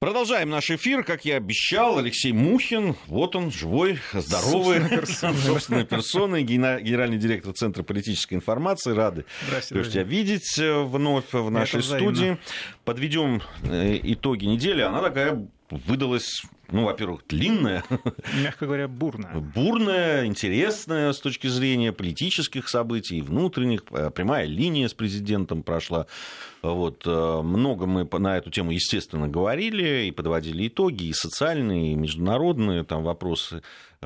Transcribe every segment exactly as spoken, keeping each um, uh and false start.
Продолжаем наш эфир. Как я обещал, Алексей Мухин. Вот он, живой, здоровый, собственной персоной, генеральный директор Центра политической информации. Рады тебя видеть вновь в нашей студии. Подведем итоги недели. Она такая выдалась, ну, во-первых, длинная. Мягко говоря, бурная. Бурная, интересная с точки зрения политических событий, внутренних. Прямая линия с президентом прошла. Вот. Много мы на эту тему, естественно, говорили и подводили итоги, и социальные, и международные там вопросы.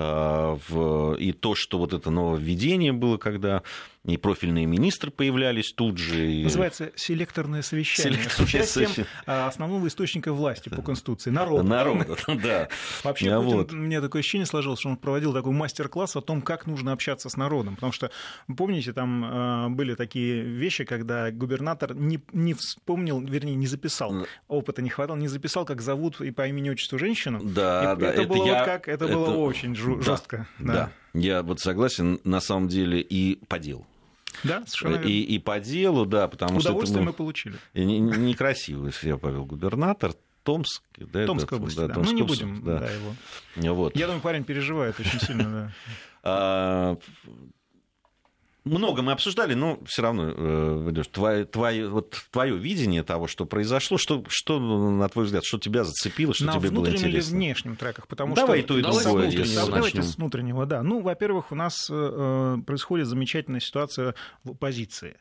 И то, что вот это нововведение было, когда и профильные министры появлялись тут же. И... Называется селекторное совещание. Селекторное с участием совещание. Основного источника власти по Конституции. Народа. Народа, да. Вообще, а вот. Мне такое ощущение сложилось, что он проводил такой мастер-класс о том, как нужно общаться с народом. Потому что, помните, там были такие вещи, когда губернатор не, не вспомнил, вернее, не записал, опыта не хватало, не записал, как зовут и по имени-отчеству женщину. Да, и да. Это, это было я... вот как, это, это было очень жестко. Да, да. да, я вот согласен, на самом деле, и по делу. Да, совершенно и, и по делу, да, потому что... Удовольствие мы получили. Некрасиво себя повел губернатор. Томск, да, Томской да, области, да, да. Томск, Мы не будем, да. Да, его. Вот. Я думаю, парень переживает очень сильно, да. Много мы обсуждали, но все равно, твое, твое, вот, твое видение того, что произошло, что, что, на твой взгляд, что тебя зацепило, что на тебе было интересно? На внутренних или внешних треках? Потому Давай что... то и другое. Давайте с внутреннего, да. Ну, во-первых, у нас происходит замечательная ситуация в оппозиции.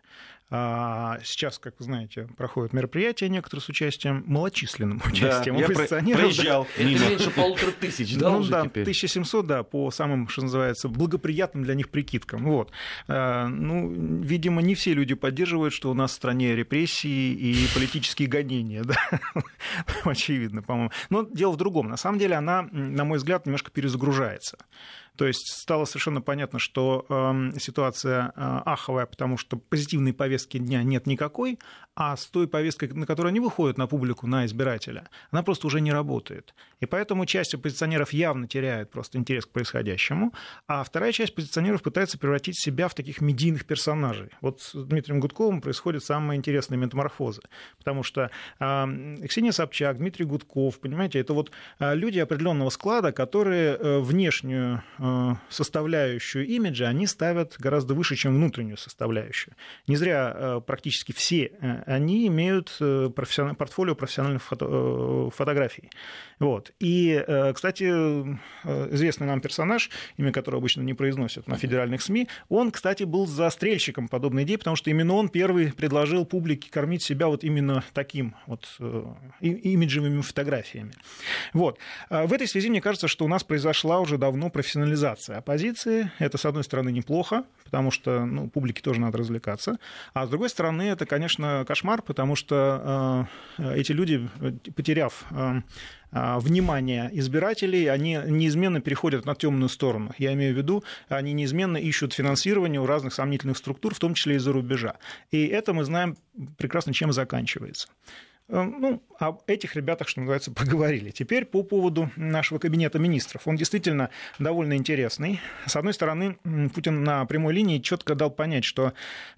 Сейчас, как вы знаете, проходят мероприятия некоторые с участием, малочисленным участием да, оппозиционеров. Я проезжал. Это меньше полутора тысяч, да, ну, уже да, теперь? тысяча семьсот, да, по самым, что называется, благоприятным для них прикидкам. Вот. Ну, видимо, не все люди поддерживают, что у нас в стране репрессии и политические гонения, да, очевидно, по-моему. Но дело в другом. На самом деле она, на мой взгляд, немножко перезагружается. То есть стало совершенно понятно, что э, ситуация э, аховая, потому что позитивной повестки дня нет никакой, а с той повесткой, на которую они выходят на публику, на избирателя, она просто уже не работает. И поэтому часть оппозиционеров явно теряет просто интерес к происходящему, а вторая часть оппозиционеров пытается превратить себя в таких медийных персонажей. Вот с Дмитрием Гудковым происходят самые интересные метаморфозы, потому что э, Ксения Собчак, Дмитрий Гудков, понимаете, это вот э, люди определенного склада, которые э, внешнюю составляющую имиджа они ставят гораздо выше, чем внутреннюю составляющую. Не зря практически все они имеют профессион... портфолио профессиональных фото... фотографий. Вот. И, кстати, известный нам персонаж, имя которого обычно не произносят на федеральных СМИ, он, кстати, был застрельщиком подобной идеи, потому что именно он первый предложил публике кормить себя вот именно таким вот имиджевыми фотографиями. Вот. В этой связи мне кажется, что у нас произошла уже давно профессионализация оппозиции. Это, с одной стороны, неплохо, потому что ну, публике тоже надо развлекаться. А с другой стороны, это, конечно, кошмар, потому что э, эти люди, потеряв э, внимание избирателей, они неизменно переходят на темную сторону. Я имею в виду, они неизменно ищут финансирование у разных сомнительных структур, в том числе из-за рубежа. И это мы знаем прекрасно, чем заканчивается. Ну, об этих ребятах, что называется, поговорили. Теперь по поводу нашего кабинета министров. Он действительно довольно интересный. С одной стороны, Путин на прямой линии четко дал понять, что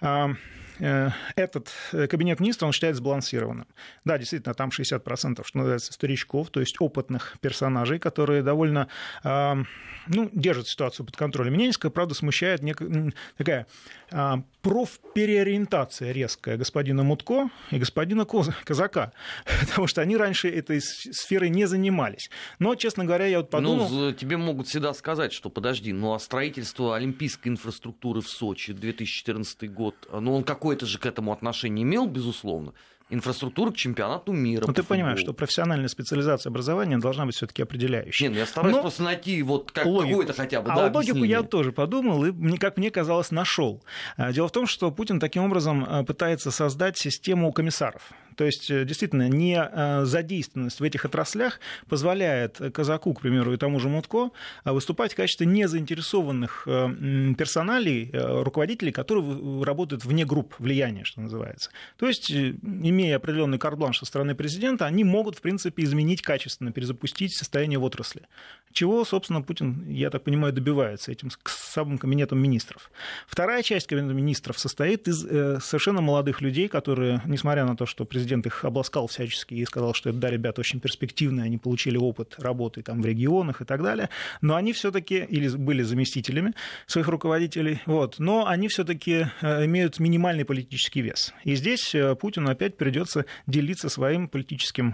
этот кабинет министров он считает сбалансированным. Да, действительно, там шестьдесят процентов, что называется, старичков, то есть опытных персонажей, которые довольно ну, держат ситуацию под контролем. Меня несколько, правда, смущает некая, такая профпереориентация резкая господина Мутко и господина Казака, потому что они раньше этой сферой не занимались. Но, честно говоря, я вот подумал... Ну, тебе могут всегда сказать, что подожди, ну а строительство олимпийской инфраструктуры в Сочи две тысячи четырнадцатый год, ну он какое-то же к этому отношение имел, безусловно. Инфраструктура к чемпионату мира. Но ты понимаешь, что профессиональная специализация образования должна быть все-таки определяющей. Нет, я стараюсь Но просто найти вот как, какое-то хотя бы. А да, логику объяснение. Я тоже подумал и, как мне казалось, нашел. Дело в том, что Путин таким образом пытается создать систему комиссаров. То есть, действительно, не задействованность в этих отраслях позволяет Казаку, к примеру, и тому же Мутко выступать в качестве незаинтересованных персоналей, руководителей, которые работают вне групп влияния, что называется. То есть, имея определенный карт-бланш со стороны президента, они могут, в принципе, изменить качественно, перезапустить состояние в отрасли. Чего, собственно, Путин, я так понимаю, добивается этим самым кабинетом министров. Вторая часть кабинета министров состоит из совершенно молодых людей, которые, несмотря на то, что президент президент их обласкал всячески и сказал, что это, да, ребята очень перспективные, они получили опыт работы там в регионах и так далее, но они все-таки, или были заместителями своих руководителей, вот, но они все-таки имеют минимальный политический вес. И здесь Путину опять придется делиться своим политическим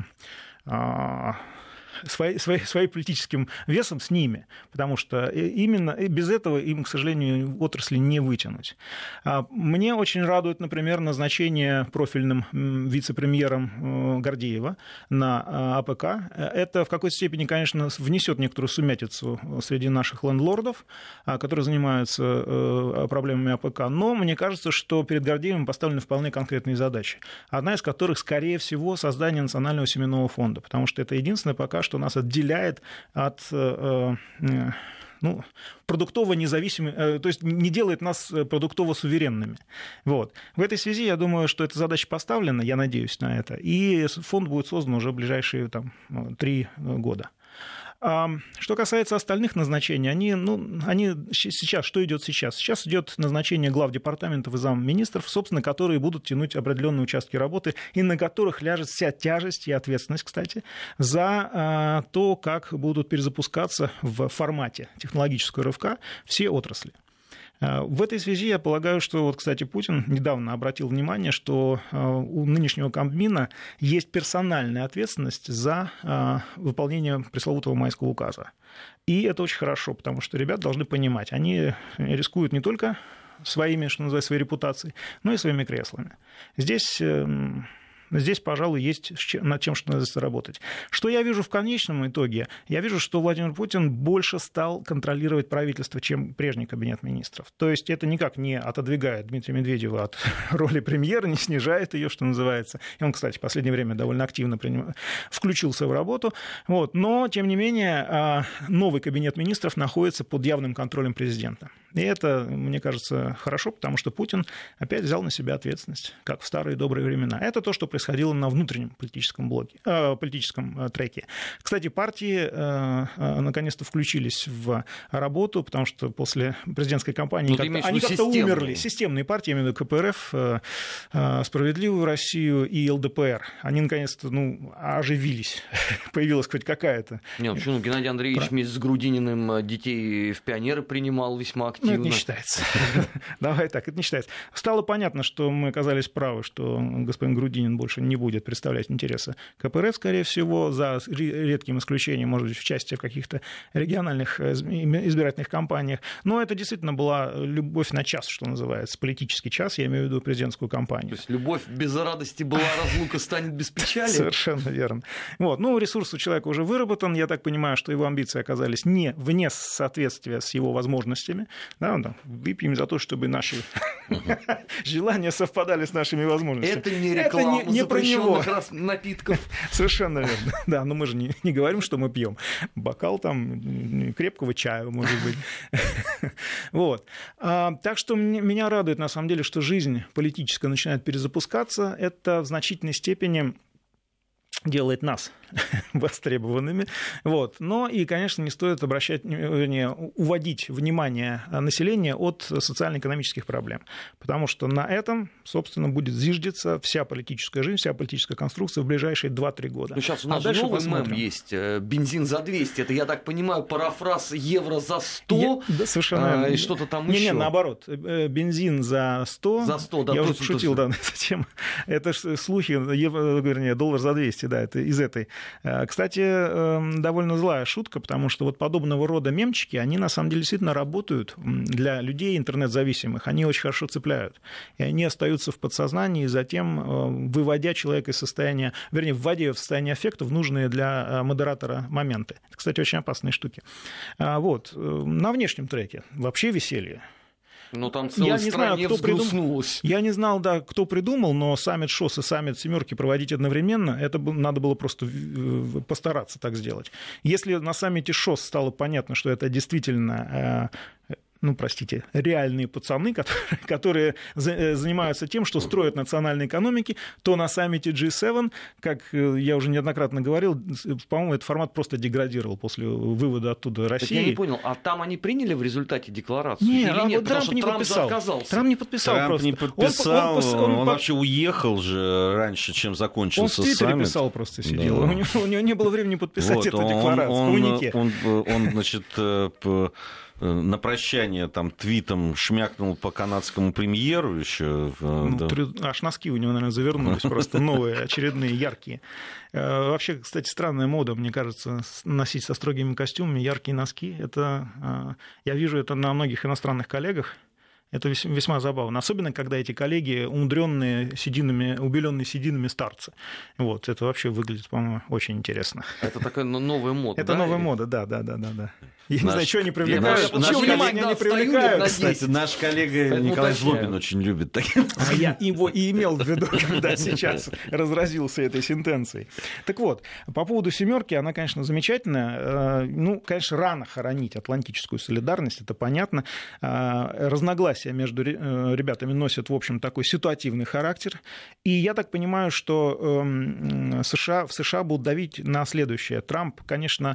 Свои, свои, своим политическим весом с ними, потому что именно без этого им, к сожалению, отрасли не вытянуть. Мне очень радует, например, назначение профильным вице-премьером Гордеева на АПК. Это в какой-то степени, конечно, внесет некоторую сумятицу среди наших лендлордов, которые занимаются проблемами АПК, но мне кажется, что перед Гордеевым поставлены вполне конкретные задачи, одна из которых, скорее всего, создание Национального семенного фонда, потому что это единственное пока что нас отделяет от э, э, ну, продуктово независимыми, э, то есть не делает нас продуктово суверенными. Вот. В этой связи я думаю, что эта задача поставлена, я надеюсь на это, и фонд будет создан уже в ближайшие там, три года. Что касается остальных назначений, они, ну, они сейчас, что идет сейчас? Сейчас идет назначение глав департаментов и замминистров, собственно, которые будут тянуть определенные участки работы, и на которых ляжет вся тяжесть и ответственность, кстати, за то, как будут перезапускаться в формате технологического рывка все отрасли. В этой связи я полагаю, что, вот, кстати, Путин недавно обратил внимание, что у нынешнего Кабмина есть персональная ответственность за выполнение пресловутого майского указа. И это очень хорошо, потому что ребята должны понимать, они рискуют не только своими, что называется, своей репутацией, но и своими креслами. Здесь... Здесь, пожалуй, есть над чем что надо работать. Что я вижу в конечном итоге? Я вижу, что Владимир Путин больше стал контролировать правительство, чем прежний кабинет министров. То есть это никак не отодвигает Дмитрия Медведева от роли премьера, не снижает ее, что называется. И он, кстати, в последнее время довольно активно приним... включился в работу. Вот. Но, тем не менее, новый кабинет министров находится под явным контролем президента. И это, мне кажется, хорошо, потому что Путин опять взял на себя ответственность, как в старые добрые времена. Это то, что происходило на внутреннем политическом блоке, э, политическом треке. Кстати, партии э, э, наконец-то включились в работу, потому что после президентской кампании как-то, они как-то системные. умерли. Системные партии, я имею в виду КПРФ, э, э, «Справедливую Россию» и ЛДПР. Они наконец-то ну, оживились. Появилась хоть какая-то. Нет, почему? Геннадий Андреевич Про... вместе с Грудининым детей в пионеры принимал весьма активно. Ну, это не считается. Давай так, это не считается. Стало понятно, что мы оказались правы, что господин Грудинин больше не будет представлять интересы КПРФ, скорее всего, за редким исключением, может быть, в части каких-то региональных избирательных кампаниях. Но это действительно была любовь на час, что называется, политический час, я имею в виду президентскую кампанию. То есть любовь без радости была, разлука станет без печали? Совершенно верно. Вот. Ну, ресурс у человека уже выработан. Я так понимаю, что его амбиции оказались не вне соответствия с его возможностями. Да, да, выпьем за то, чтобы наши желания совпадали с нашими возможностями. Это не реклама Это не, не про него. Напитков. Совершенно верно. Да, но мы же не, не говорим, что мы пьем. Бокал там крепкого чая, может быть. Вот. А, так что меня радует, на самом деле, что жизнь политическая начинает перезапускаться. Это в значительной степени делает нас востребованными. Вот. Но и, конечно, не стоит обращать, вернее, уводить внимание населения от социально-экономических проблем, потому что на этом, собственно, будет зиждиться вся политическая жизнь, вся политическая конструкция в ближайшие два-три года. Ну, сейчас у нас а же новый посмотрим. Мем есть, бензин за двести, это, я так понимаю, парафраз евро за сто, я, да, совершенно, а, и что-то там не, еще. Не, наоборот, бензин за сто, за сто, да, я точно, уже пошутил, точно. Да, на эту тему. Это слухи, евро, вернее, доллар за двести, да, это из этой. Кстати, довольно злая шутка, потому что вот подобного рода мемчики, они на самом деле действительно работают для людей интернет-зависимых, они очень хорошо цепляют, и они остаются в подсознании, затем выводя человека из состояния, вернее, вводя его в состояние аффекта в нужные для модератора моменты. Это, кстати, очень опасные штуки. Вот. На внешнем треке вообще веселье. Но там целая стране взгрустнулась. Я не знал, да, кто придумал, но саммит ШОС и саммит «семерки» проводить одновременно, это надо было просто постараться так сделать. Если на саммите ШОС стало понятно, что это действительно ну, простите, реальные пацаны, которые, которые занимаются тем, что строят национальные экономики, то на саммите джи семь, как я уже неоднократно говорил, по-моему, этот формат просто деградировал после вывода оттуда России. Так я не понял, а там они приняли в результате декларацию не, или а нет? Вот Трамп Потому не что Трамп подписал. отказался. Трамп не подписал Трамп просто. не подписал, он, он, он, он, он вообще уехал же раньше, чем закончился он в Твиттере саммит. писал, просто сидел. Да. У, него, у него не было времени подписать вот, эту он, декларацию он, в коммюнике. Он, он, он, значит, на прощание там твитом шмякнул по канадскому премьеру еще. Ну, да. Аж носки у него, наверное, завернулись, просто новые, очередные, яркие. Вообще, кстати, странная мода, мне кажется, носить со строгими костюмами яркие носки. Это, я вижу это на многих иностранных коллегах. Это весьма забавно. Особенно, когда эти коллеги умудренные сединами, убеленные сединами старцы. Вот, это вообще выглядит, по-моему, очень интересно. Это такая новая мода. Это да? новая мода, да, да, да, да, да. Я наш, не знаю, что они привлекают. Наш, Чего внимание они привлекают? Кстати, наш коллега Поэтому Николай уточняю. Злобин очень любит такие. А я его и имел в виду, когда сейчас разразился этой сентенцией. Так вот, по поводу «семерки», она, конечно, замечательная. Ну, конечно, рано хоронить атлантическую солидарность, это понятно. Разногласия между ребятами носят, в общем, такой ситуативный характер. И я так понимаю, что США, в США будут давить на следующее. Трамп, конечно,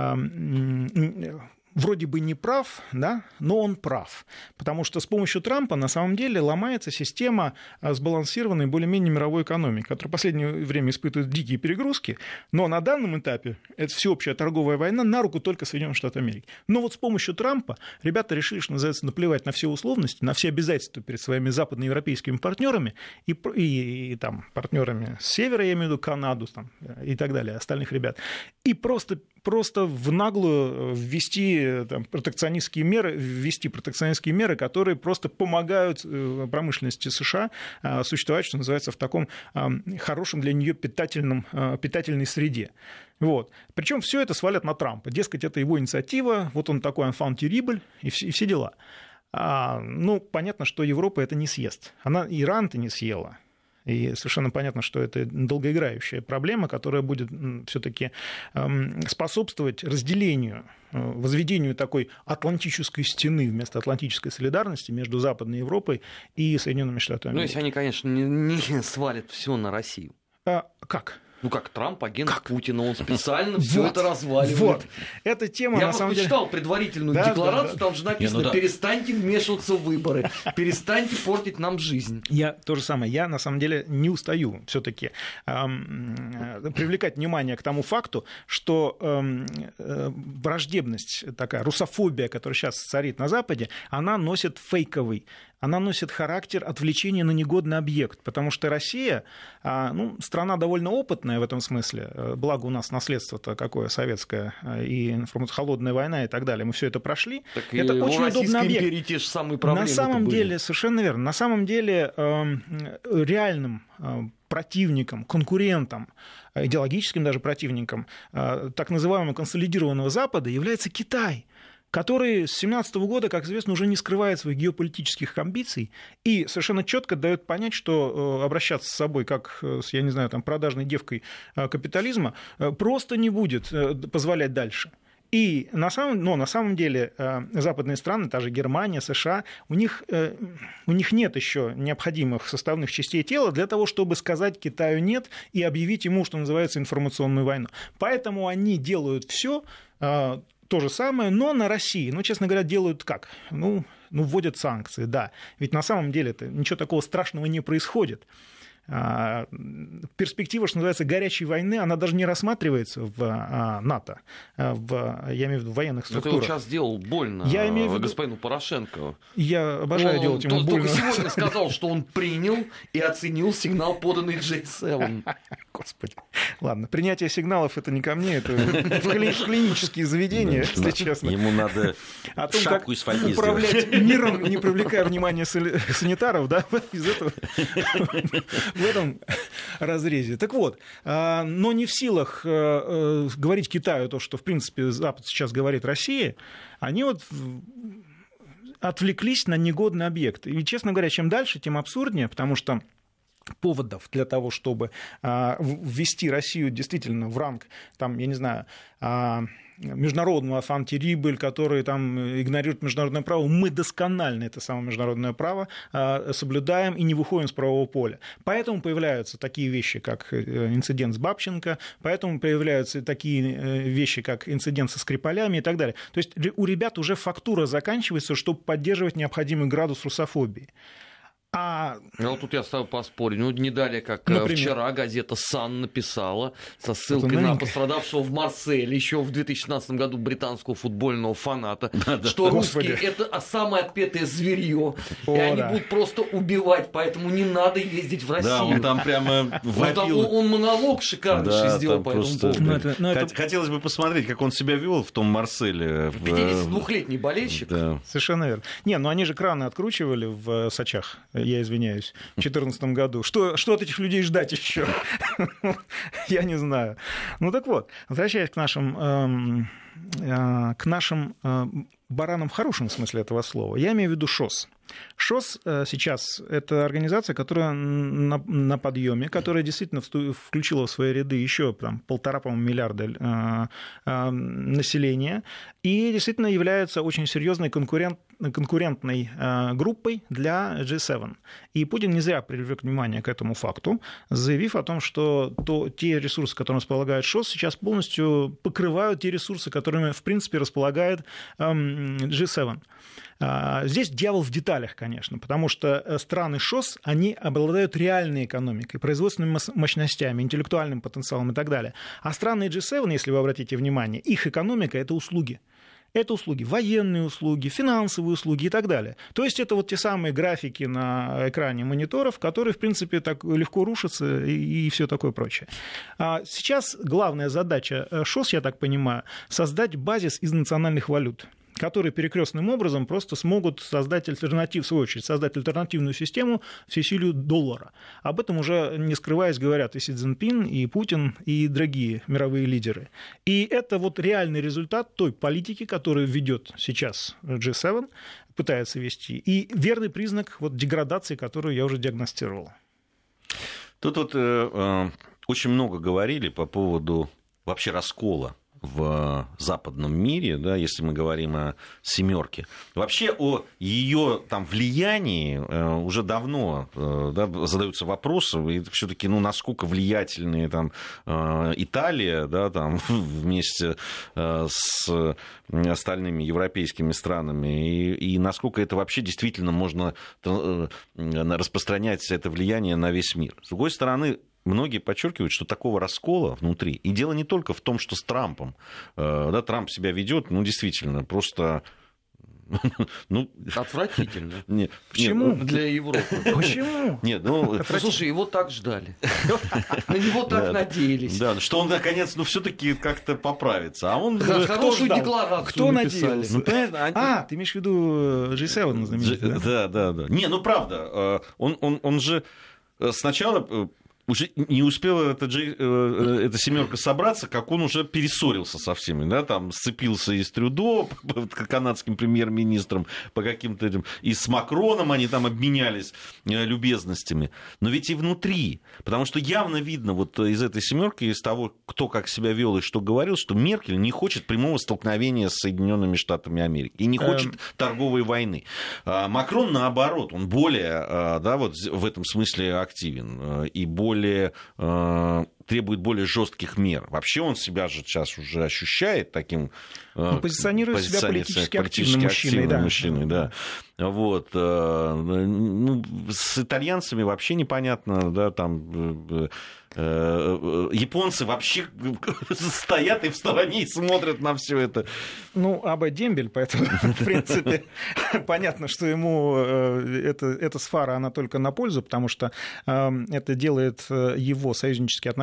вроде бы не прав, да, но он прав. Потому что с помощью Трампа на самом деле ломается система сбалансированной более-менее мировой экономики, которая в последнее время испытывает дикие перегрузки, но на данном этапе это всеобщая торговая война на руку только Соединенных Штатов Америки. Но вот с помощью Трампа ребята решили, что называется, наплевать на все условности, на все обязательства перед своими западноевропейскими партнерами и, и, и там, партнерами с севера, я имею в виду Канаду там, и так далее, остальных ребят, и просто просто в наглую ввести там, протекционистские меры, ввести протекционистские меры, которые просто помогают промышленности США существовать, что называется, в таком хорошем для нее питательном, питательной среде. Вот. Причем все это свалят на Трампа. Дескать, это его инициатива, вот он такой enfant terrible, и все, и все дела. А, ну, понятно, что Европа это не съест. Она Иран-то не съела. И совершенно понятно, что это долгоиграющая проблема, которая будет все-таки способствовать разделению, возведению такой атлантической стены вместо атлантической солидарности между Западной Европой и Соединенными Штатами. Ну, если они, конечно, не, не свалят все на Россию. А, как? Ну, как Трамп, агент как? Путина, он специально все вот, это разваливает. Вот. Эта тема, Я на самом деле... почитал предварительную да, декларацию, да, да. там же написано, Не, ну да. перестаньте вмешиваться в выборы, перестаньте портить нам жизнь. Я то же самое, я на самом деле не устаю все-таки эм, привлекать внимание к тому факту, что эм, э, враждебность, такая русофобия, которая сейчас царит на Западе, она носит фейковый, она носит характер отвлечения на негодный объект, потому что Россия, ну, страна довольно опытная в этом смысле, благо у нас наследство-то какое советское, и холодная война и так далее, мы все это прошли. Так это очень удобный объект. империи те же самые проблемы на самом были. деле, совершенно верно, на самом деле реальным противником, конкурентом, идеологическим даже противником так называемого консолидированного Запада является Китай, который с две тысячи семнадцатого года, как известно, уже не скрывает своих геополитических амбиций и совершенно четко дает понять, что обращаться с собой, как с, я не знаю, там, продажной девкой капитализма, просто не будет позволять дальше. И на самом, но на самом деле западные страны, та же Германия, США, у них, у них нет еще необходимых составных частей тела для того, чтобы сказать Китаю «нет» и объявить ему, что называется, информационную войну. Поэтому они делают все то же самое, но на России. Ну, честно говоря, делают как? Ну, ну вводят санкции, да. Ведь на самом деле-то ничего такого страшного не происходит. Перспектива, что называется, горячей войны, она даже не рассматривается в НАТО, в, я имею в виду в военных структурах. Но ты вот сейчас сделал больно я имею в виду... господину Порошенко. Я обожаю он, делать ему он больно. Только сегодня сказал, что он принял и оценил сигнал, поданный джей семь. Господи. Ладно, принятие сигналов — это не ко мне, это в клинические заведения, если честно. Ему надо о том, шапку как из фольги управлять миром, не привлекая внимания санитаров, да, из этого, в этом разрезе. Так вот, но не в силах говорить Китаю то, что, в принципе, Запад сейчас говорит России, они вот отвлеклись на негодный объект. И, честно говоря, чем дальше, тем абсурднее, потому что поводов для того, чтобы а, ввести Россию действительно в ранг, там, я не знаю, а, международного антирибель, который там игнорирует международное право, мы досконально это самое международное право а, соблюдаем и не выходим с правового поля. Поэтому появляются такие вещи, как инцидент с Бабченко, поэтому появляются такие вещи, как инцидент со Скрипалями и так далее. То есть у ребят уже фактура заканчивается, чтобы поддерживать необходимый градус русофобии. А... а вот тут я с тобой поспорю. Ну, не далее, как Например? вчера газета «Сан» написала со ссылкой на пострадавшего в Марселе еще в две тысячи шестнадцатом году британского футбольного фаната, да, что да. русские — это самое отпетое зверье, и они да. будут просто убивать, поэтому не надо ездить в Россию. Да, он там прямо вопил. Он, он монолог шикарнейший да, сделал по этому поводу. Ну, это, ну, это... Хотелось бы посмотреть, как он себя вел в том Марселе. пятидесятидвухлетний болельщик. Да. Совершенно верно. Не, ну они же краны откручивали в Сочах. Я извиняюсь, в две тысячи четырнадцатом году. Что, что от этих людей ждать еще? Я не знаю. Ну так вот, возвращаясь к нашим, э, э, к нашим э, баранам в хорошем смысле этого слова, я имею в виду ШОС. ШОС сейчас – это организация, которая на, на подъеме, которая действительно включила в свои ряды еще там, полтора, по-моему, миллиарда э, э, населения и действительно является очень серьезной конкурент, конкурентной э, группой для джи семь. И Путин не зря привлек внимание к этому факту, заявив о том, что то, те ресурсы, которыми располагает ШОС, сейчас полностью покрывают те ресурсы, которыми, в принципе, располагает э, джи семь. Здесь дьявол в деталях, конечно, потому что страны ШОС, они обладают реальной экономикой, производственными мощностями, интеллектуальным потенциалом и так далее. А страны джи семь, если вы обратите внимание, их экономика – это услуги. Это услуги, военные услуги, финансовые услуги и так далее. То есть это вот те самые графики на экране мониторов, которые, в принципе, так легко рушатся и, и все такое прочее. А сейчас главная задача ШОС, я так понимаю, создать базис из национальных валют, которые перекрестным образом просто смогут создать альтернатив, в свою очередь, создать альтернативную систему всесилию доллара. Об этом уже, не скрываясь, говорят и Си Цзиньпин, и Путин, и другие мировые лидеры. И это вот реальный результат той политики, которую ведет сейчас джи семь, пытается вести, и верный признак вот деградации, которую я уже диагностировал. Тут вот э, очень много говорили по поводу вообще раскола в западном мире, да, если мы говорим о семерке. Вообще о ее там влиянии э, уже давно э, да, задаются вопросы, и все-таки, ну, насколько влиятельные там э, Италия, да, там вместе э, с остальными европейскими странами, и, и насколько это вообще действительно можно э, распространять это влияние на весь мир. С другой стороны, многие подчеркивают, что такого раскола внутри. И дело не только в том, что с Трампом. Да, Трамп себя ведет, ну, действительно, просто... Ну, отвратительно. Нет, почему? Нет, для Европы. Почему? Нет, ну, слушай, его так ждали. На него так да, надеялись. Да, что он, наконец, ну, все-таки как-то поправится. А он хорошую декларацию Кто надеялся? Ну, а, ты имеешь в виду джи семь знаменитый, да? Да, да, да. Не, ну, правда, он, он, он же сначала... Уже не успела эта, эта семерка собраться, как он уже перессорился со всеми, да, там сцепился и с Трюдо, канадским премьер-министром, по каким-то этим, и с Макроном они там обменялись любезностями. Но ведь и внутри, потому что явно видно вот из этой семерки, из того, кто как себя вел и что говорил, что Меркель не хочет прямого столкновения с Соединенными Штатами Америки и не хочет эм... торговой войны. Макрон, наоборот, он более, да, вот в этом смысле активен и более более, э, требует более жестких мер. Вообще он себя же сейчас уже ощущает таким... Э, он позиционирует себя политически, политически активным мужчиной. Да. мужчиной да. Вот, э, ну, с итальянцами вообще непонятно, да, там... Э, японцы вообще стоят и в стороне и смотрят на все это. Ну, Абе дембель, поэтому, в принципе, понятно, что ему эта, эта сфера, она только на пользу, потому что это делает его союзнические отношения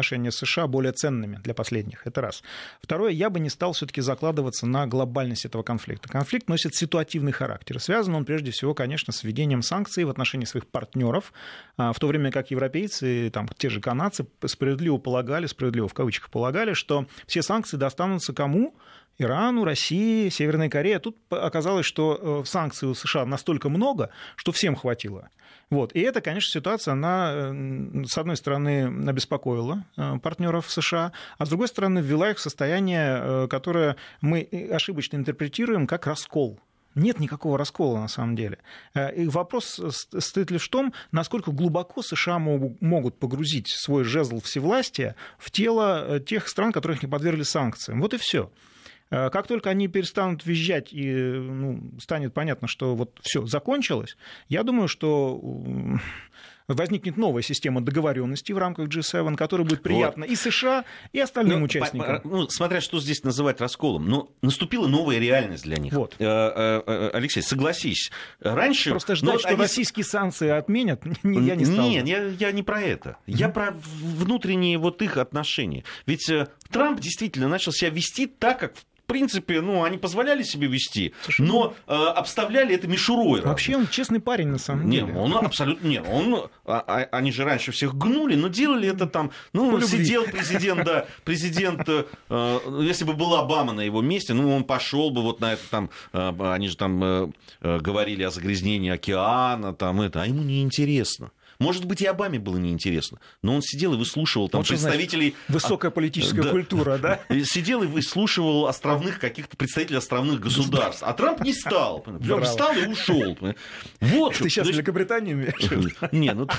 отношения с США более ценными для последних. Это раз. Второе, я бы не стал все-таки закладываться на глобальность этого конфликта. Конфликт носит ситуативный характер. Связан он прежде всего, конечно, с введением санкций в отношении своих партнеров, в то время как европейцы, там, те же канадцы справедливо полагали, справедливо в кавычках полагали, что все санкции достанутся кому? Ирану, России, Северной Корее. Тут оказалось, что санкций у США настолько много, что всем хватило. Вот. И эта, конечно, ситуация, она, с одной стороны, обеспокоила партнеров США, а с другой стороны, ввела их в состояние, которое мы ошибочно интерпретируем как раскол. Нет никакого раскола, на самом деле. И вопрос стоит лишь в том, насколько глубоко США могут погрузить свой жезл всевластия в тело тех стран, которых не подвергли санкциям. Вот и все. Как только они перестанут визжать и ну, станет понятно, что вот все закончилось, я думаю, что возникнет новая система договоренностей в рамках джи семь, которая будет приятна вот. и США, и остальным ну, участникам. Ну, смотря что здесь называть расколом, но наступила новая реальность для них. Вот. Алексей, согласись, раньше... Просто ждать, ну, что они... российские санкции отменят, я не стал. Нет, я, я не про это. Mm-hmm. Я про внутренние вот их отношения. Ведь Трамп действительно начал себя вести так, как... В принципе, ну, они позволяли себе вести, Слушай, но э, обставляли это мишурой. Вообще он честный парень, на самом нет, деле. Он абсолютно... Нет, он... А, они же раньше всех гнули, но делали это там... Ну, сидел президент, да, президент... Э, если бы был Обама на его месте, ну, он пошел бы вот на это там... Э, они же там э, говорили о загрязнении океана, там это... А ему неинтересно. Может быть, и Обаме было неинтересно, но он сидел и выслушивал там вот представителей... Значит, высокая политическая да, культура, да? Сидел и выслушивал островных каких-то представителей островных государств. А Трамп не стал. Прям встал и ушел. Вот. Ты сейчас Великобританию имеешь? Не, ну...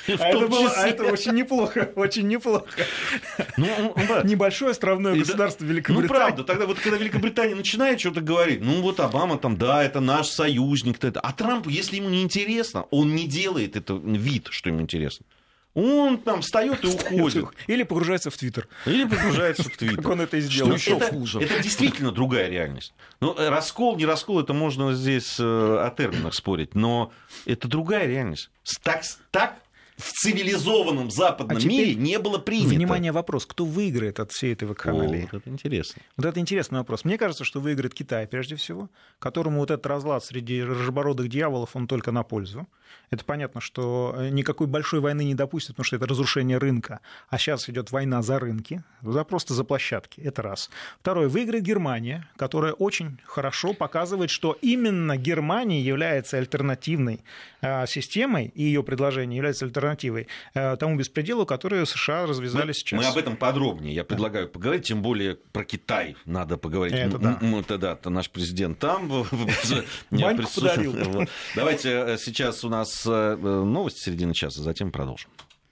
А это очень неплохо, очень неплохо. Небольшое островное государство Великобритании. Ну, правда. Тогда вот когда Великобритания начинает что-то говорить, ну, вот Обама там, да, это наш союзник. А Трампу, если ему неинтересно, он не делает это вид, что ему интересно. Он там встает и уходит. Или погружается в Твиттер. Или погружается в Твиттер. Как он это и сделал. Что это, хуже. Это действительно другая реальность. Ну, раскол, не раскол, это можно здесь о терминах спорить, но это другая реальность. Так, так в цивилизованном западном а мире не было принято. Внимание, вопрос, кто выиграет от всей этой вакханалии? Вот это интересно. Вот это интересный вопрос. Мне кажется, что выиграет Китай, прежде всего, которому вот этот разлад среди рыжебородых дьяволов, он только на пользу. Это понятно, что никакой большой войны не допустят, потому что это разрушение рынка. А сейчас идет война за рынки, за просто за площадки. Это раз. Второе. Выиграет Германия, которая очень хорошо показывает, что именно Германия является альтернативной системой, и ее предложение является альтернативой тому беспределу, который США развязали мы, сейчас. Мы об этом подробнее, я предлагаю поговорить, тем более про Китай надо поговорить. Это да. Это да, наш президент там. Баньку подарил. Давайте сейчас у нас новости середины часа, затем продолжим.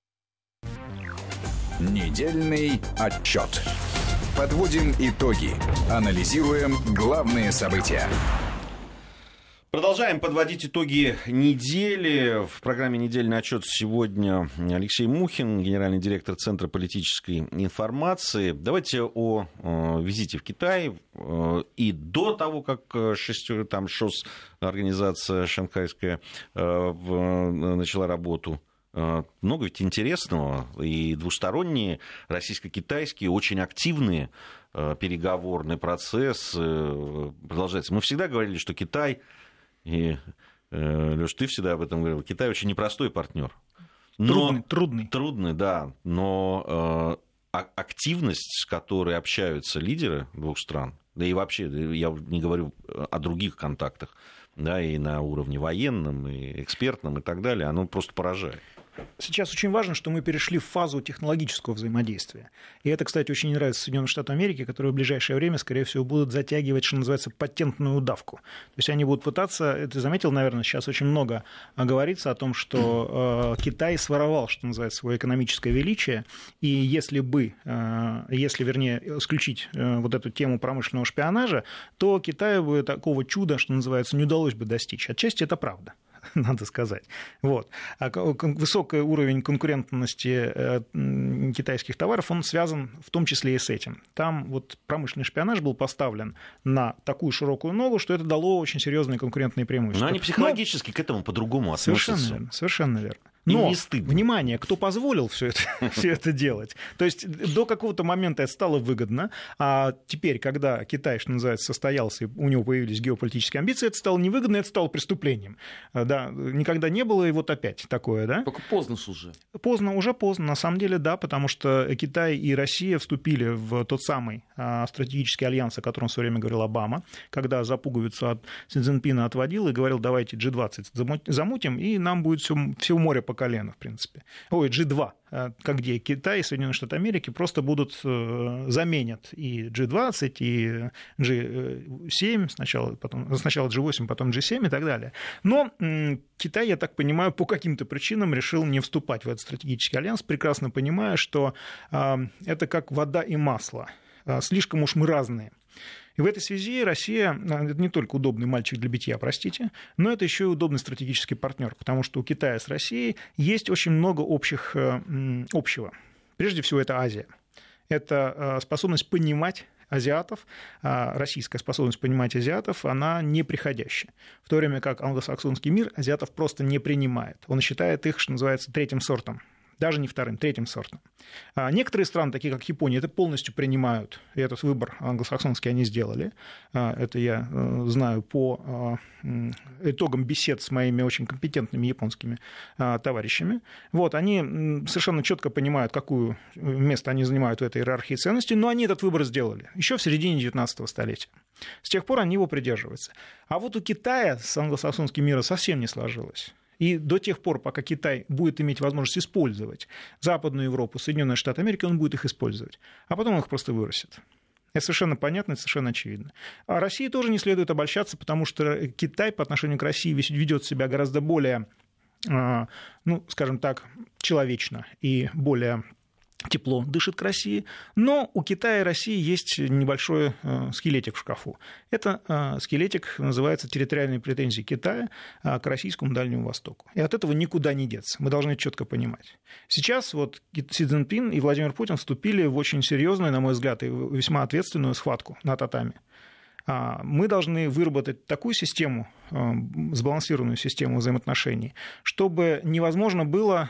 Недельный отчет. Подводим итоги. Анализируем главные события. Продолжаем подводить итоги недели. В программе «Недельный отчет» сегодня Алексей Мухин, генеральный директор Центра политической информации. Давайте о э, визите в Китай. Э, и до того, как шестер, там ШОС, организация шанхайская, э, в, начала работу, э, много ведь интересного. И двусторонние, российско-китайские, очень активные э, переговорный процесс э, продолжается. Мы всегда говорили, что Китай... И, э, Лёш, ты всегда об этом говорил. Китай очень непростой партнер. Трудный, трудный. Трудный, да. Но э, активность, с которой общаются лидеры двух стран, да и вообще, я не говорю о других контактах, да, и на уровне военном, и экспертном, и так далее, оно просто поражает. Сейчас очень важно, что мы перешли в фазу технологического взаимодействия. И это, кстати, очень не нравится Соединенным Штатам Америки, которые в ближайшее время, скорее всего, будут затягивать, что называется, патентную удавку. То есть они будут пытаться, ты заметил, наверное, сейчас очень много говорится о том, что э, Китай своровал, что называется, свое экономическое величие, и если бы, э, если, вернее, исключить э, вот эту тему промышленного шпионажа, то Китаю бы такого чуда, что называется, не удалось бы достичь. Отчасти это правда. Надо сказать. Вот. А высокий уровень конкурентности китайских товаров, он связан в том числе и с этим. Там вот промышленный шпионаж был поставлен на такую широкую ногу, что это дало очень серьезные конкурентные преимущества. Но они психологически Но... к этому по-другому относятся. Совершенно верно. Совершенно верно. Но, не стыдно. Внимание, кто позволил все это, все это делать? То есть до какого-то момента это стало выгодно, а теперь, когда Китай, что называется, состоялся, и у него появились геополитические амбиции, это стало невыгодно, это стало преступлением. Да, никогда не было, и вот опять такое, да? Только поздно уже. Поздно, уже поздно, на самом деле, да, потому что Китай и Россия вступили в тот самый а, стратегический альянс, о котором в свое время говорил Обама, когда запуговицу от Си Цзиньпина отводил и говорил, давайте джи двадцать замутим, и нам будет все, все море по колено, в принципе. Ой, джи два, где Китай и Соединенные Штаты Америки просто будут, заменят и джи двадцать, и джи семь, сначала, потом, сначала джи восемь, потом джи семь и так далее. Но Китай, я так понимаю, по каким-то причинам решил не вступать в этот стратегический альянс, прекрасно понимая, что это как вода и масло. Слишком уж мы разные. И в этой связи Россия – это не только удобный мальчик для битья, простите, но это еще и удобный стратегический партнер, потому что у Китая с Россией есть очень много общих, общего. Прежде всего, это Азия. Это способность понимать азиатов, российская способность понимать азиатов, она неприходящая. В то время как англосаксонский мир азиатов просто не принимает. Он считает их, что называется, третьим сортом. Даже не вторым, третьим сортом. А некоторые страны, такие как Япония, это полностью принимают. И этот выбор англосаксонский они сделали. Это я знаю по итогам бесед с моими очень компетентными японскими товарищами. Вот, они совершенно четко понимают, какое место они занимают в этой иерархии ценностей, но они этот выбор сделали еще в середине девятнадцатого столетия. С тех пор они его придерживаются. А вот у Китая с англосаксонским миром совсем не сложилось. И до тех пор, пока Китай будет иметь возможность использовать Западную Европу, Соединенные Штаты Америки, он будет их использовать. А потом он их просто вырастет. Это совершенно понятно, это совершенно очевидно. А России тоже не следует обольщаться, потому что Китай по отношению к России ведет себя гораздо более, ну, скажем так, человечно и более тепло дышит к России, но у Китая и России есть небольшой скелетик в шкафу. Это скелетик называется территориальные претензии Китая к российскому Дальнему Востоку. И от этого никуда не деться. Мы должны это четко понимать. Сейчас вот Си Цзиньпин и Владимир Путин вступили в очень серьезную, на мой взгляд, и весьма ответственную схватку на татами. Мы должны выработать такую систему, сбалансированную систему взаимоотношений, чтобы невозможно было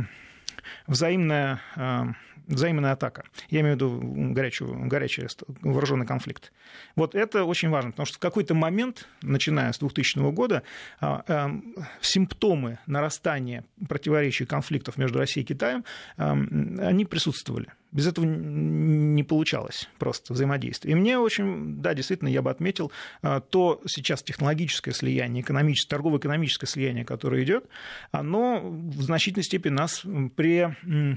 взаимная, взаимная атака. Я имею в виду горячую, горячий вооруженный конфликт. Вот это очень важно, потому что в какой-то момент, начиная с двухтысячного года, симптомы нарастания противоречий конфликтов между Россией и Китаем, они присутствовали. Без этого не получалось просто взаимодействие. И мне очень, да, действительно, я бы отметил, то сейчас технологическое слияние, экономическое, торгово-экономическое слияние, которое идет, оно в значительной степени нас при...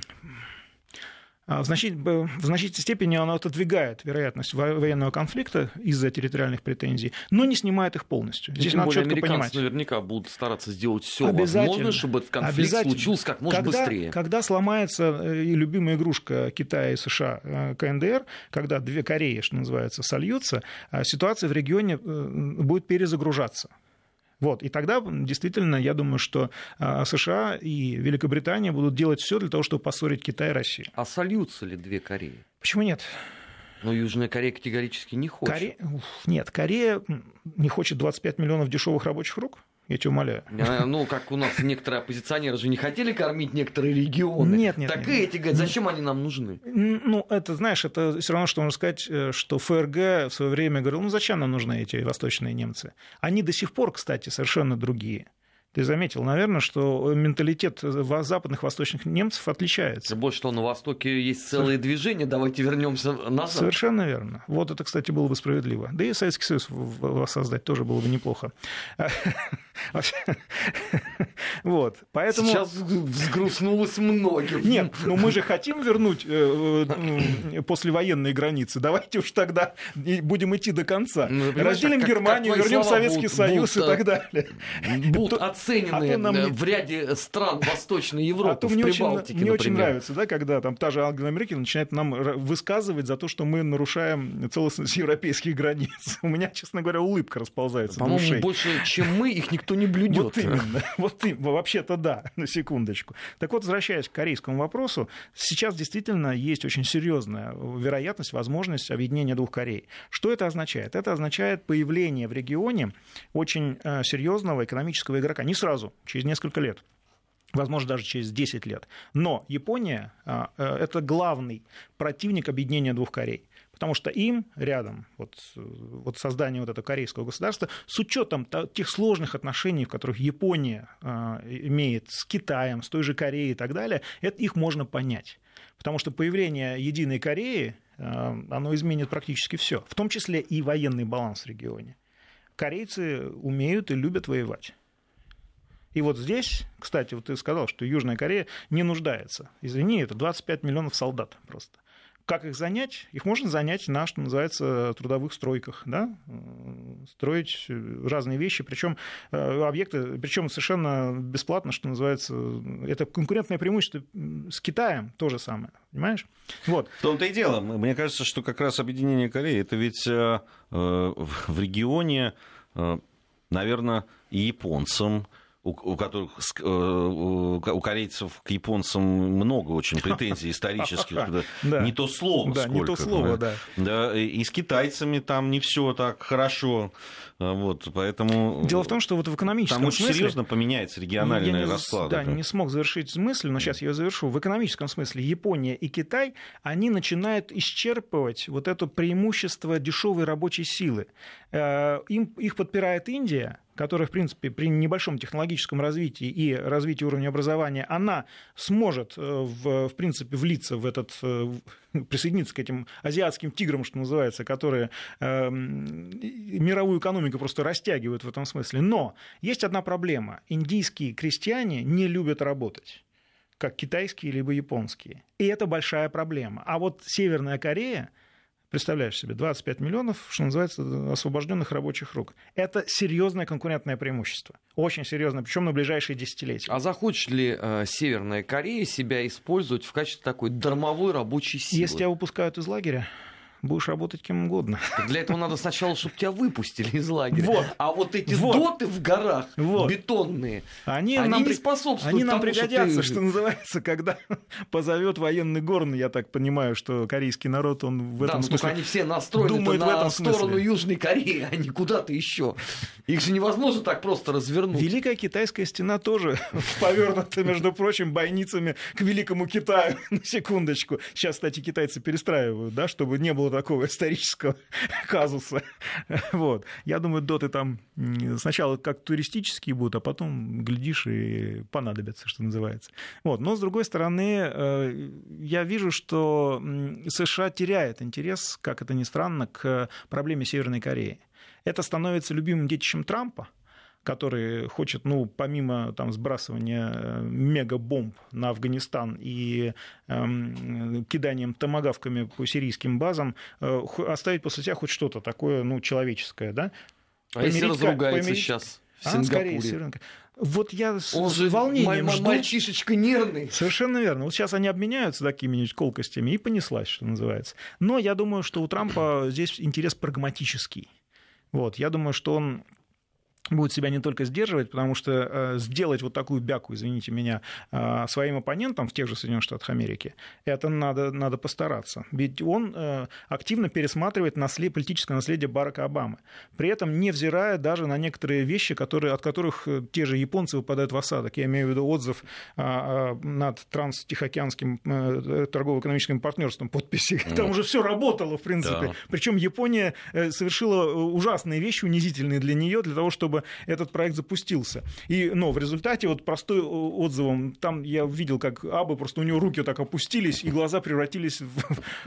В значительной, в значительной степени оно отодвигает вероятность военного конфликта из-за территориальных претензий, но не снимает их полностью. Здесь Тем надо более четко американцы понимать. наверняка будут стараться сделать все возможное, чтобы этот конфликт случился как можно когда, быстрее. Когда сломается и любимая игрушка Китая и США ка эн дэ эр, когда две Кореи, что называется, сольются, ситуация в регионе будет перезагружаться. Вот. И тогда действительно, я думаю, что США и Великобритания будут делать все для того, чтобы поссорить Китай и Россию. А сольются ли две Кореи? Почему нет? Но Южная Корея категорически не хочет. Коре... Нет, Корея не хочет двадцать пять миллионов дешевых рабочих рук. Я тебя умоляю. Ну, как у нас некоторые оппозиционеры же не хотели кормить некоторые регионы. Нет, нет. Так нет. и эти говорят, зачем они нам нужны? Ну, это, знаешь, это все равно, что можно сказать, что эф эр гэ в свое время говорил, ну, зачем нам нужны эти восточные немцы? Они до сих пор, кстати, совершенно другие. Ты заметил, наверное, что менталитет западных восточных немцев отличается. Тем более, что на Востоке есть целые движения, давайте вернемся назад. Совершенно верно. Вот это, кстати, было бы справедливо. Да и Советский Союз воссоздать тоже было бы неплохо. Вот, поэтому... Сейчас взгрустнулось многим. Нет, но мы же хотим вернуть послевоенные границы. Давайте уж тогда будем идти до конца. Разделим Германию, вернем Советский Союз и так далее. Будут оценены мне... в ряде стран Восточной Европы, а то в мне Прибалтике, очень, мне очень нравится, да, когда там та же Ангела Меркель начинает нам высказывать за то, что мы нарушаем целостность европейских границ. У меня, честно говоря, улыбка расползается. По-моему, больше, чем мы, их никто не блюдет. Вот именно. Вот именно. Вообще-то да, на секундочку. Так вот, возвращаясь к корейскому вопросу, сейчас действительно есть очень серьезная вероятность, возможность объединения двух Корей. Что это означает? Это означает появление в регионе очень серьезного экономического игрока. Не сразу, через несколько лет. возможно, даже через десять лет. Но Япония – это главный противник объединения двух Корей. Потому что им рядом, вот, вот создание вот этого корейского государства, с учетом тех сложных отношений, в которых Япония э, имеет с Китаем, с той же Кореей и так далее, это их можно понять. Потому что появление единой Кореи, э, оно изменит практически все, в том числе и военный баланс в регионе. Корейцы умеют и любят воевать. И вот здесь, кстати, вот ты сказал, что Южная Корея не нуждается. Извини, это двадцать пять миллионов солдат просто. Как их занять? Их можно занять на, что называется, трудовых стройках, да? Строить разные вещи, причем объекты, причем совершенно бесплатно, что называется. Это конкурентное преимущество с Китаем, то же самое, понимаешь? Вот. В том-то и дело. Мне кажется, что как раз объединение Кореи, это ведь э, в регионе, э, наверное, и японцам, У, у которых у корейцев к японцам много очень претензий исторических, да. Не то слово, да, сколько. Не то слово, да. Да. И с китайцами там не все так хорошо. Вот, поэтому... Дело в том, что вот в экономическом там очень смысле... серьезно поменяется региональный расклад. Да, не смог завершить мысль, но сейчас я ее завершу. В экономическом смысле Япония и Китай, они начинают исчерпывать вот это преимущество дешевой рабочей силы. Им, их подпирает Индия, которая, в принципе, при небольшом технологическом развитии и развитии уровня образования, она сможет, в, в принципе, влиться в этот, присоединиться к этим азиатским тиграм, что называется, которые э, мировую экономику просто растягивают в этом смысле. Но есть одна проблема. Индийские крестьяне не любят работать, как китайские либо японские. И это большая проблема. А вот Северная Корея, представляешь себе, двадцать пять миллионов, что называется, освобожденных рабочих рук. Это серьезное конкурентное преимущество. Очень серьезное, причем на ближайшие десятилетия. А захочет ли э, Северная Корея себя использовать в качестве такой дармовой рабочей силы? Если тебя выпускают из лагеря, будешь работать кем угодно. Для этого надо сначала, чтобы тебя выпустили из лагеря. Вот. А вот эти вот. доты в горах, вот. бетонные, они, они нам не способствуют Они нам тому, пригодятся, что, ты... что называется, когда позовет военный горн. Я так понимаю, что корейский народ, он в да, этом ну, смысле они все настроены думает на в этом сторону смысле. Южной Кореи, а не куда-то еще. Их же невозможно так просто развернуть. Великая Китайская стена тоже повернута, между прочим, бойницами к Великому Китаю. На секундочку. Сейчас, кстати, китайцы перестраивают, да, чтобы не было такого исторического казуса. Вот. Я думаю, доты там сначала как туристические будут, а потом, глядишь, и понадобятся, что называется. Вот. Но, с другой стороны, я вижу, что США теряет интерес, как это ни странно, к проблеме Северной Кореи. Это становится любимым детищем Трампа, который хочет, ну, помимо там, сбрасывания мегабомб на Афганистан и э, киданием томагавками по сирийским базам, э, оставить после себя хоть что-то такое, ну, человеческое, да? А помирить, если разругается помирить... сейчас в а, Сингапуре? Скорее, вот я с, Он с же волнением м- жду. Мальчишечка нервный. Совершенно верно. Вот сейчас они обменяются такими колкостями, и понеслась, что называется. Но я думаю, что у Трампа здесь интерес прагматический. Вот, я думаю, что он будет себя не только сдерживать, потому что э, сделать вот такую бяку, извините меня, э, своим оппонентам в тех же Соединенных Штатах Америки, это надо, надо постараться. Ведь он э, активно пересматривает наслед, политическое наследие Барака Обамы, при этом невзирая даже на некоторые вещи, которые, от которых те же японцы выпадают в осадок. Я имею в виду отзыв э, над транс-тихоокеанским э, торгово-экономическим партнерством, подписи. Там уже все работало, в принципе. Да. Причем Япония совершила ужасные вещи, унизительные для нее, для того, чтобы этот проект запустился. И, но в результате вот простой отзывом, там я видел, как Абе, просто у него руки так опустились, и глаза превратились в,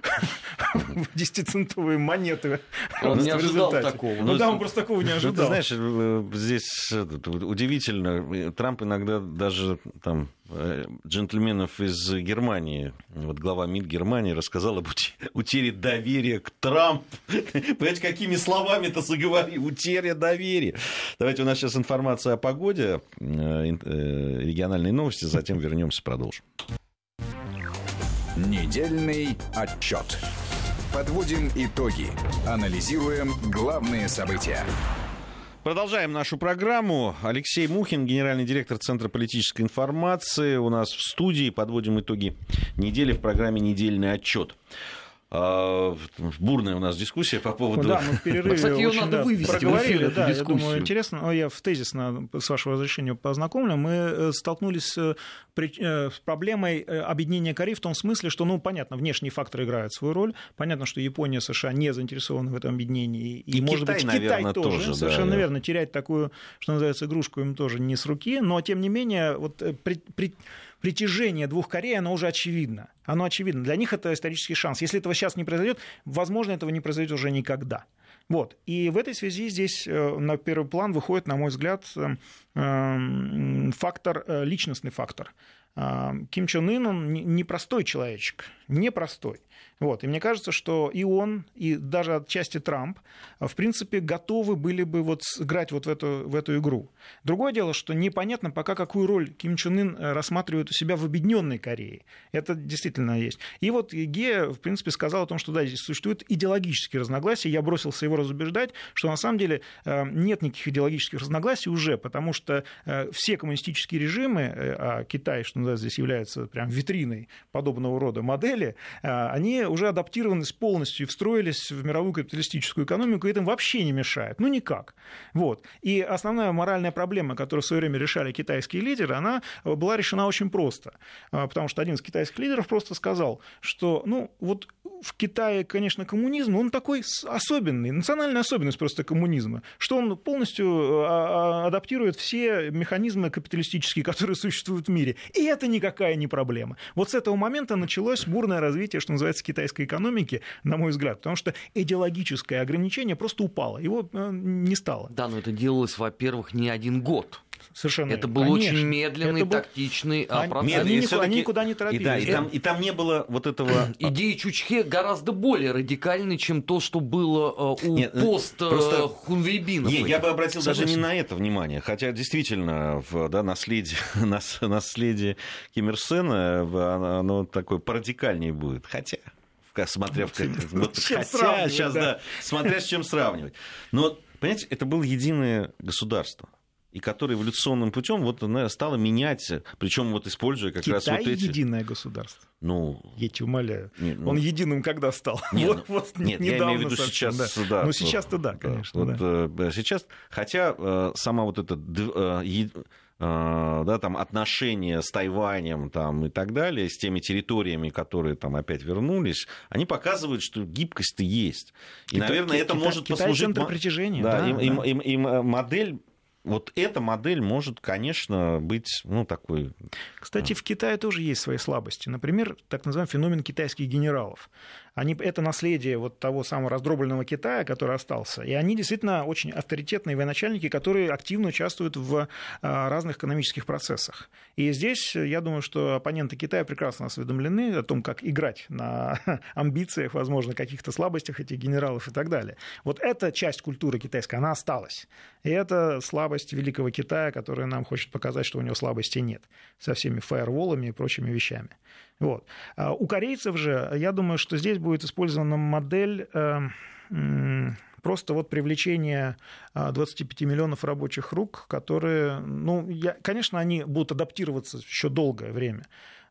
в десятицентовые монеты. Он не ожидал такого. Ну да, он просто такого не ожидал. Ты знаешь, здесь удивительно, Трамп иногда даже там джентльменов из Германии, вот глава МИД Германии рассказал об утере доверия к Трампу. Понимаете, какими словами-то заговорил? Утеря доверия. Давайте, у нас сейчас информация о погоде, региональные новости, затем вернемся, продолжим. Недельный отчет. Подводим итоги. Анализируем главные события. Продолжаем нашу программу. Алексей Мухин, генеральный директор Центра политической информации, у нас в студии. Подводим итоги недели в программе «Недельный отчет». бурная у нас дискуссия по поводу... Да, мы в перерыве Кстати, ее очень, надо да, вывести проговорили, в да, дискуссию. Я думаю, интересно. Я в тезисно, с вашего разрешения, познакомлю. Мы столкнулись с проблемой объединения Кореи в том смысле, что, ну, понятно, внешние факторы играют свою роль. Понятно, что Япония, США не заинтересованы в этом объединении. И, и может Китай, быть, наверное, Китай тоже. тоже Совершенно да. верно. Терять такую, что называется, игрушку им тоже не с руки. Но, тем не менее, вот при, при, притяжение двух Корей, оно уже очевидно. Оно очевидно. Для них это исторический шанс. Если этого сейчас не произойдет, возможно, этого не произойдет уже никогда. Вот. И в этой связи здесь на первый план выходит, на мой взгляд, фактор, личностный фактор. Ким Чен Ын, он непростой человечек, непростой. Вот. И мне кажется, что и он, и даже отчасти Трамп, в принципе, готовы были бы вот играть вот в эту, в эту игру. Другое дело, что непонятно пока, какую роль Ким Чен Ын рассматривает у себя в Объединенной Корее. Это действительно есть. И вот Ге, в принципе, сказал о том, что да, здесь существуют идеологические разногласия. Я бросился его разубеждать, что на самом деле нет никаких идеологических разногласий уже, потому что все коммунистические режимы, а Китай, что называется, здесь является прям витриной подобного рода модели, они уже адаптированы полностью и встроились в мировую капиталистическую экономику, и этим вообще не мешает. Ну, никак. Вот. И основная моральная проблема, которую в свое время решали китайские лидеры, она была решена очень просто. Потому что один из китайских лидеров просто сказал, что, ну, вот в Китае, конечно, коммунизм, он такой особенный, национальная особенность просто коммунизма, что он полностью адаптирует все механизмы капиталистические, которые существуют в мире. И это никакая не проблема. Вот с этого момента началось бурное развитие, что называется, китайской экономики, на мой взгляд, потому что идеологическое ограничение просто упало, его не стало. Да, но это делалось, во-первых, не один год. Совершенно это верно. был Конечно. очень медленный, это был... тактичный они, процесс. Они, никуда, они никуда не торопились. И, да, и, там, и там не было вот этого... Идеи Чучхе гораздо более радикальны, чем то, что было у Нет, пост-хунвейбинов. Нет, я бы обратил Согласен. даже не на это внимание. Хотя действительно в да, наследие, наследие Ким Ир Сена оно, оно такое порадикальнее будет. Хотя... Смотря, вот, вот, хотя, сейчас, да. Да, смотря с чем сравнивать. Но, понимаете, это было единое государство, и которое эволюционным путем вот стало менять, причем вот используя как Китай раз вот эти... единое государство. Ну, я тебя умоляю. Не, ну... Он единым когда стал? Нет, вот, вот, нет я имею в виду совсем, сейчас. Да. Да, ну, вот, сейчас-то да, конечно. Вот, да. Сейчас, хотя сама вот эта... да, там, отношения с Тайванем там, и так далее, с теми территориями, которые там опять вернулись, они показывают, что гибкость-то есть. И, Китай, наверное, это Китай, может Китай послужить... центр притяжения. Да, да, и, да. И, и, и модель... Вот эта модель может, конечно, быть, ну, такой... Кстати, в Китае тоже есть свои слабости. Например, так называемый феномен китайских генералов. Они, это наследие вот того самого раздробленного Китая, который остался. И они действительно очень авторитетные военачальники, которые активно участвуют в разных экономических процессах. И здесь, я думаю, что оппоненты Китая прекрасно осведомлены о том, как играть на амбициях, возможно, каких-то слабостях этих генералов и так далее. Вот эта часть культуры китайской, она осталась. И это слабость Великого Китая, которая нам хочет показать, что у него слабостей нет. Со всеми фаерволами и прочими вещами. Вот. У корейцев же, я думаю, что здесь будет использована модель просто вот привлечения двадцати пяти миллионов рабочих рук, которые, ну, я, конечно, они будут адаптироваться еще долгое время,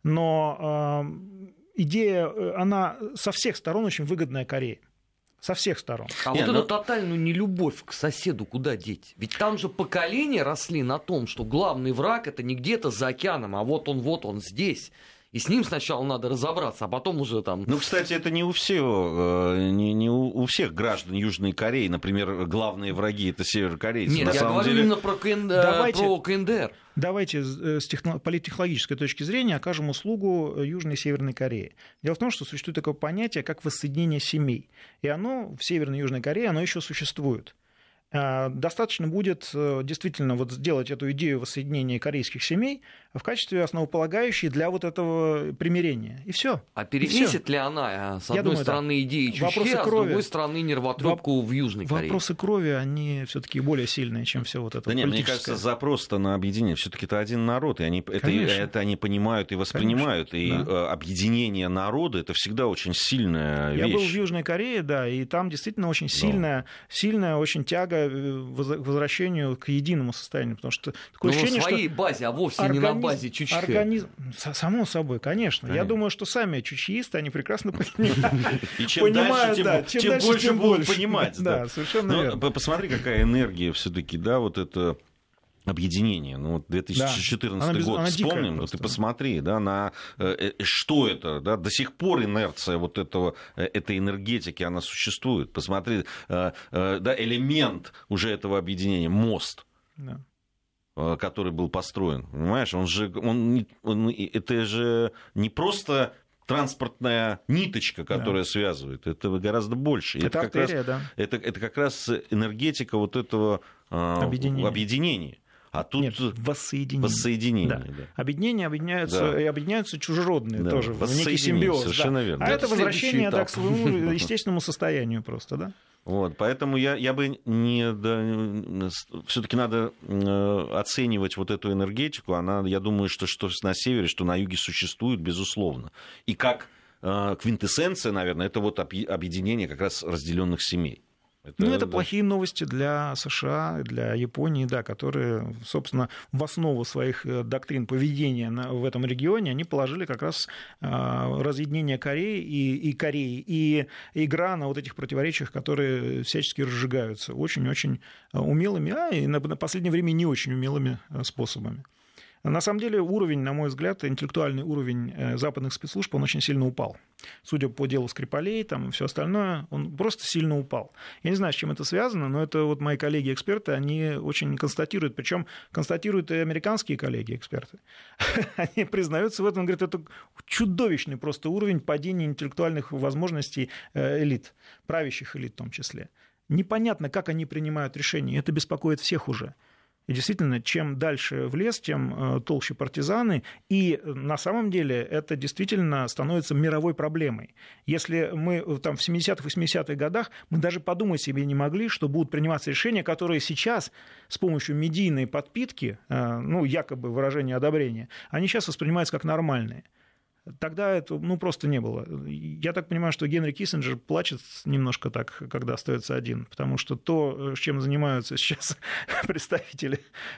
но идея, она со всех сторон очень выгодная Корее. Со всех сторон. А Не, вот ну... эту тотальную нелюбовь к соседу куда деть? Ведь там же поколения росли на том, что главный враг — это не где-то за океаном, а вот он, вот он здесь. И с ним сначала надо разобраться, а потом уже там... Ну, кстати, это не у всего, не, не у всех граждан Южной Кореи. Например, главные враги — это северокорейцы. Нет, на я самом говорю деле... именно про, КН... Давайте... про КНДР. Давайте с техно... политтехнологической точки зрения окажем услугу Южной и Северной Корее. Дело в том, что существует такое понятие, как воссоединение семей. И оно в Северной и Южной Корее оно еще существует. Достаточно будет действительно вот сделать эту идею воссоединения корейских семей в качестве основополагающей для вот этого примирения. И все. А перевесит ли она, с одной думаю, стороны, да. идеи Чучхе, а с другой стороны, нервотрепку в Южной Корее? Вопросы крови, они все-таки более сильные, чем все вот это да нет, мне кажется, запрос-то на объединение. Все-таки это один народ, и они это, это они понимают и воспринимают. Конечно, и да. Объединение народа — это всегда очень сильная Я вещь. Я был в Южной Корее, да, и там действительно очень сильная, сильная очень тяга призывая к возвращению к единому состоянию, потому что такое ну, ощущение, на своей что базе, а вовсе организм, не на базе Чучхе. Организм, само собой, конечно. конечно. Я думаю, что сами чучхеисты, они прекрасно понимают. И чем дальше, тем больше будут понимать. Да, совершенно верно. Посмотри, какая энергия все-таки, да, вот это... объединение. Ну, вот две тысячи четырнадцатый да. год она вспомним, вот ты посмотри, да, на э, что это, да, до сих пор инерция вот этого, э, этой энергетики, она существует. Посмотри, э, э, да, элемент уже этого объединения, мост. Да. Который был построен, понимаешь, он же, он, он, это же не просто транспортная ниточка, которая да. связывает, это гораздо больше. Это, это, артерия, как раз, да. это, это как раз энергетика вот этого объединения. объединения. А тут Нет, воссоединение. воссоединение да. Да. Объединения объединяются, да. и объединяются чужеродные да. тоже, в некий симбиоз. Совершенно да. верно. А да. это возвращение так, к своему естественному состоянию просто, да? Вот, поэтому я, я бы не... Да, все-таки надо оценивать вот эту энергетику. Она, я думаю, что, что на севере, что на юге существует, безусловно. И как квинтэссенция, наверное, это вот объединение как раз разделенных семей. Это, ну, это да. плохие новости для США, для Японии, да, которые, собственно, в основу своих доктрин поведения в этом регионе они положили как раз разъединение Кореи и, и Кореи, и игра на вот этих противоречиях, которые всячески разжигаются очень-очень умелыми, а и на последнее время не очень умелыми способами. На самом деле уровень, на мой взгляд, интеллектуальный уровень западных спецслужб, он очень сильно упал. Судя по делу Скрипалей, там, и все остальное, он просто сильно упал. Я не знаю, с чем это связано, но это вот мои коллеги-эксперты, они очень констатируют, причем констатируют и американские коллеги-эксперты. Они признаются в этом, говорят, это чудовищный просто уровень падения интеллектуальных возможностей элит, правящих элит в том числе. Непонятно, как они принимают решения, это беспокоит всех уже. И действительно, чем дальше в лес, тем толще партизаны. И на самом деле это действительно становится мировой проблемой. Если мы там, в семидесятых, восьмидесятых годах, мы даже подумать себе не могли, что будут приниматься решения, которые сейчас с помощью медийной подпитки, ну, якобы выражение одобрения, они сейчас воспринимаются как нормальные. Тогда это ну, просто не было. Я так понимаю, что Генри Киссинджер плачет немножко так, когда остается один, потому что то, чем занимаются сейчас представители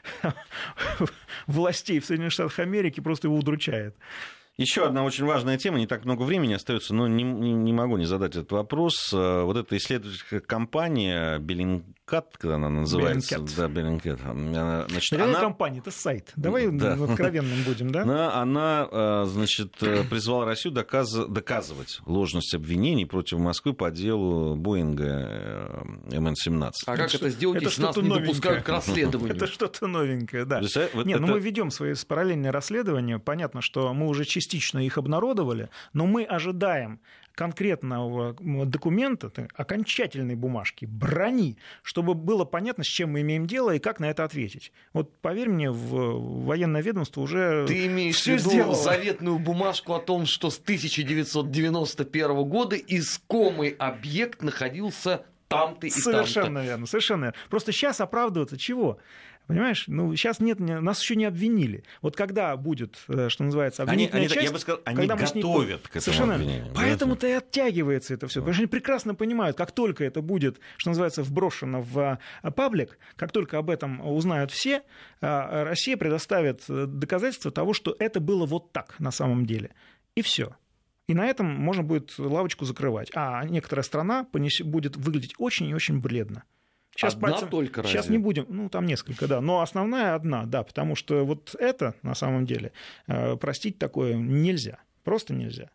властей в Соединенных Штатах Америки, просто его удручает. Еще одна очень важная тема, не так много времени остается, но не, не, не могу не задать этот вопрос. Вот эта исследовательская компания Bellingcat, когда она называется. Bellingcat. Да, Bellingcat. Значит, это она... компания, это сайт. Давай да. откровенным будем, да? Она, она значит, призвала Россию доказ... доказывать ложность обвинений против Москвы по делу Боинга эм эн семнадцать. А как это сделать, если нас не допускают к расследованию? Это что-то новенькое, да. Нет, ну мы ведем свои параллельные расследования. Понятно, что мы уже частично их обнародовали, но мы ожидаем конкретного документа, окончательной бумажки, брони, чтобы было понятно, с чем мы имеем дело и как на это ответить. Вот поверь мне, в военное ведомство уже Ты имеешь в виду заветную бумажку о том, что с тысяча девятьсот девяносто первого года искомый объект находился там-то и там-то. Совершенно верно, совершенно верно. Просто сейчас оправдываться чего? Понимаешь? Ну, сейчас нет, нас еще не обвинили. Вот когда будет, что называется, обвинительная они, часть... Я бы сказал, они готовят не... к этому Совершенно обвинению. Поэтому-то и оттягивается это все. Потому что они прекрасно понимают, как только это будет, что называется, вброшено в паблик, как только об этом узнают все, Россия предоставит доказательства того, что это было вот так на самом деле. И все. И на этом можно будет лавочку закрывать. А некоторая страна понес... будет выглядеть очень и очень бледно. Сейчас одна пальцем... только разве? Сейчас не будем, ну там несколько, да, но основная одна, да, потому что вот это на самом деле простить такое нельзя, просто нельзя.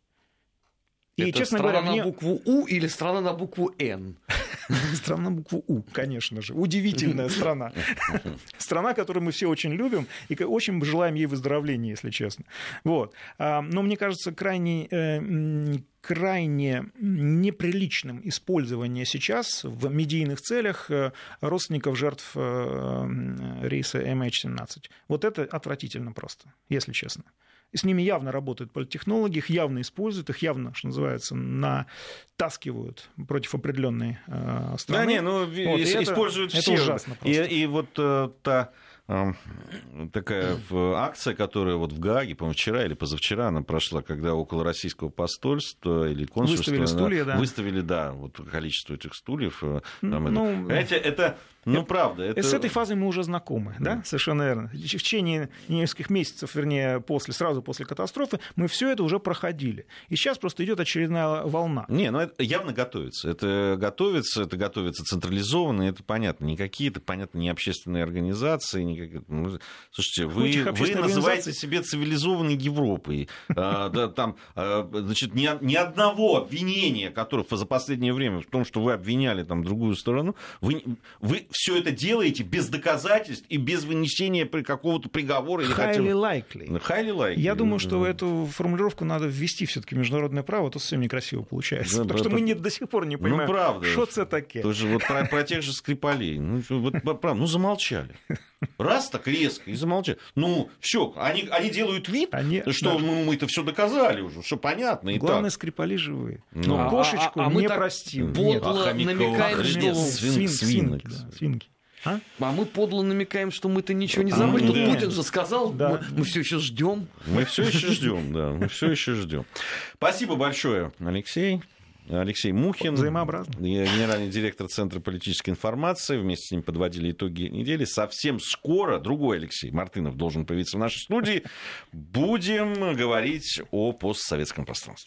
И, это честно страна говоря, на мне... букву У или страна на букву Н? Страна на букву У, конечно же. Удивительная страна. Страна, которую мы все очень любим и очень желаем ей выздоровления, если честно. Вот. Но мне кажется, крайне... крайне неприличным использование сейчас в медийных целях родственников жертв рейса эм эйч семнадцать. Вот это отвратительно просто, если честно. И с ними явно работают политтехнологи, их явно используют, их явно, что называется, натаскивают против определенной э, страны. Да, не, ну, вот, используют это, все. Это ужасно просто. И, и вот э, та такая акция, которая вот в Гааге, по-моему, вчера или позавчера она прошла, когда около российского посольства или консульства выставили стулья, да. Выставили, да, вот количество этих стульев. Там ну, это. Понимаете, это, ну, правда. Это... С этой фазой мы уже знакомы, да, да? Совершенно верно. В течение нескольких месяцев, вернее, после, сразу после катастрофы, мы все это уже проходили. И сейчас просто идет очередная волна. Не, ну это явно готовится. Это готовится, это готовится централизованно, это понятно. Не какие-то, понятно, не общественные организации, не как... Слушайте, вы, вы называете себя цивилизованной Европой. Там, значит, ни одного обвинения, которых за последнее время в том, что вы обвиняли там другую сторону, вы, вы все это делаете без доказательств и без вынесения какого-то приговора. Highly likely. Highly likely. Я думаю, что эту формулировку надо ввести все-таки в международное право, а то совсем некрасиво получается. Да, потому что мы не, до сих пор не понимаем, ну, правда, что это такое. Тоже вот про, про тех же Скрипалей. Ну, вот, правда, ну, замолчали. Раз так резко и замолчали. Ну, все, они, они делают вид, они, что да. мы, мы это все доказали уже, все понятно. И главное, так. Скрипали живые. Ну, но а, кошечку а, а не простим. Подло а намекаем, что... Свин, свинки. Да, свинки. А? а мы подло намекаем, что мы-то ничего не забыли. А, Тут да. Путин же сказал, да. мы, мы все еще ждем. Мы все еще ждем, да, мы все еще ждем. Спасибо большое, Алексей. Алексей Мухин, генеральный директор Центра политической информации. Вместе с ним подводили итоги недели. Совсем скоро другой Алексей Мартынов должен появиться в нашей студии. Будем говорить о постсоветском пространстве.